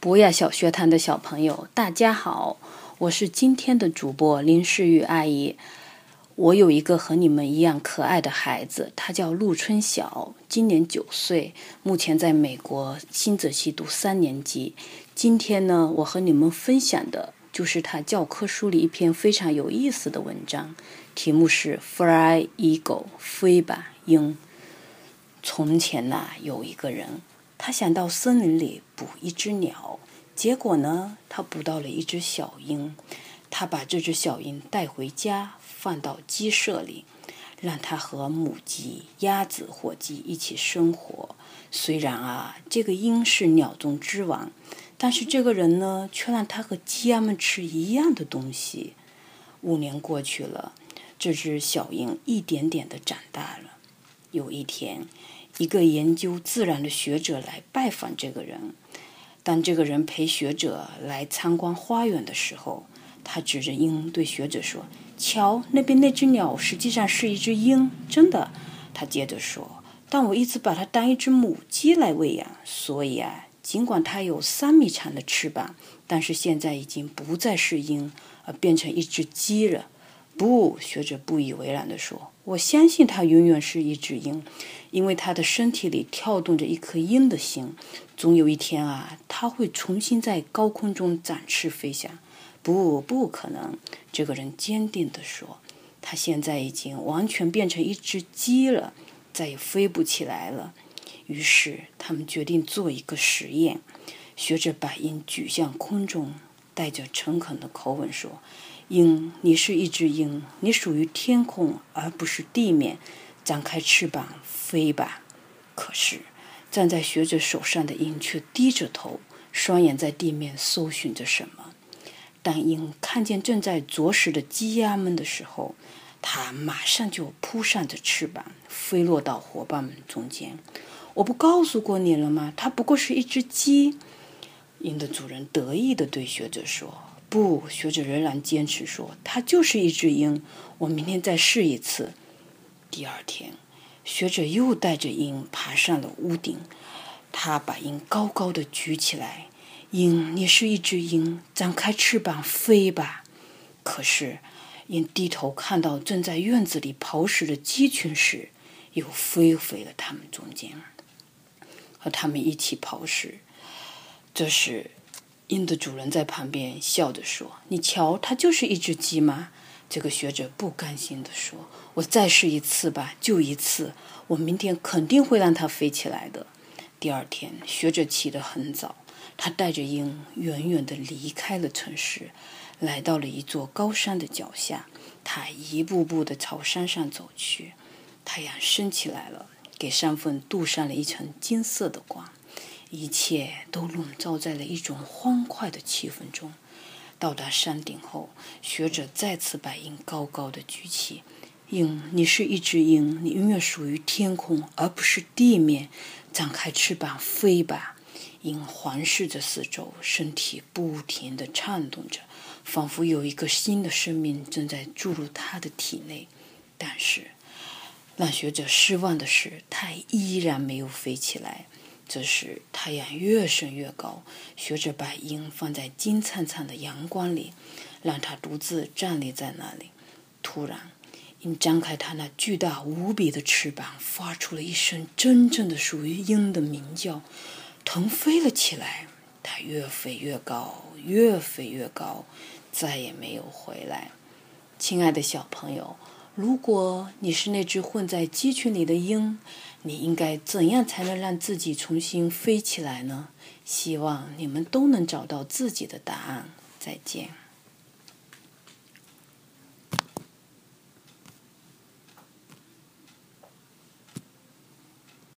博雅小学堂的小朋友，大家好，我是今天的主播林世玉阿姨。我有一个和你们一样可爱的孩子，他叫陆春晓，今年9岁，目前在美国新泽西读3年级。今天呢，我和你们分享的就是他教科书里一篇非常有意思的文章，题目是 Fly Eagle， 飞吧鹰。从前有一个人，他想到森林里捕一只鸟，结果呢，他捕到了一只小鹰。他把这只小鹰带回家，放到鸡舍里，让它和母鸡、鸭子、火鸡一起生活。虽然这个鹰是鸟中之王，但是这个人呢，却让它和鸡鸭们吃一样的东西。5年过去了，这只小鹰一点点地长大了。有一天，一个研究自然的学者来拜访这个人。当这个人陪学者来参观花园的时候，他指着鹰对学者说：“瞧，那边那只鸟实际上是一只鹰，真的。”他接着说：“但我一直把它当一只母鸡来喂养，所以尽管它有3米长的翅膀，但是现在已经不再是鹰，而变成一只鸡了。”不，学者不以为然地说，我相信它永远是一只鹰，因为它的身体里跳动着一颗鹰的心。总有一天它会重新在高空中展翅飞翔。不可能，这个人坚定地说，他现在已经完全变成一只鸡了，再也飞不起来了。于是他们决定做一个实验。学者把鹰举向空中，带着诚恳的口吻说：“鹰，你是一只鹰，你属于天空而不是地面，张开翅膀飞吧。”可是站在学者手上的鹰却低着头，双眼在地面搜寻着什么。当鹰看见正在啄食的鸡鸭们的时候，它马上就扑上着翅膀，飞落到伙伴们中间。我不告诉过你了吗？它不过是一只鸡。鹰的主人得意地对学者说。不，学者仍然坚持说，它就是一只鹰，我明天再试一次。第二天，学者又带着鹰爬上了屋顶，他把鹰高高地举起来。鹰，你是一只鹰，张开翅膀飞吧。可是鹰低头看到正在院子里刨食的鸡群时，又飞回了他们中间，和他们一起刨食。这时鹰的主人在旁边笑着说，你瞧，它就是一只鸡吗？这个学者不甘心地说，我再试一次吧，就一次，我明天肯定会让它飞起来的。第二天，学者起得很早，他带着鹰远远地离开了城市，来到了一座高山的脚下。他一步步地朝山上走去。太阳升起来了，给山峰镀上了一层金色的光，一切都笼罩在了一种欢快的气氛中。到达山顶后，学者再次把鹰高高地举起。鹰，你是一只鹰，你永远属于天空而不是地面，张开翅膀飞吧。鹰环视着四周，身体不停地颤动着，仿佛有一个新的生命正在注入它的体内。但是让学者失望的是，它依然没有飞起来。这时太阳越升越高，学者把鹰放在金灿灿的阳光里，让它独自站立在那里。突然，鹰张开它那巨大无比的翅膀，发出了一声真正的属于鹰的鸣叫，腾飞了起来。它越飞越高，越飞越高，再也没有回来。亲爱的小朋友，如果你是那只混在鸡群里的鹰，你应该怎样才能让自己重新飞起来呢？希望你们都能找到自己的答案。再见。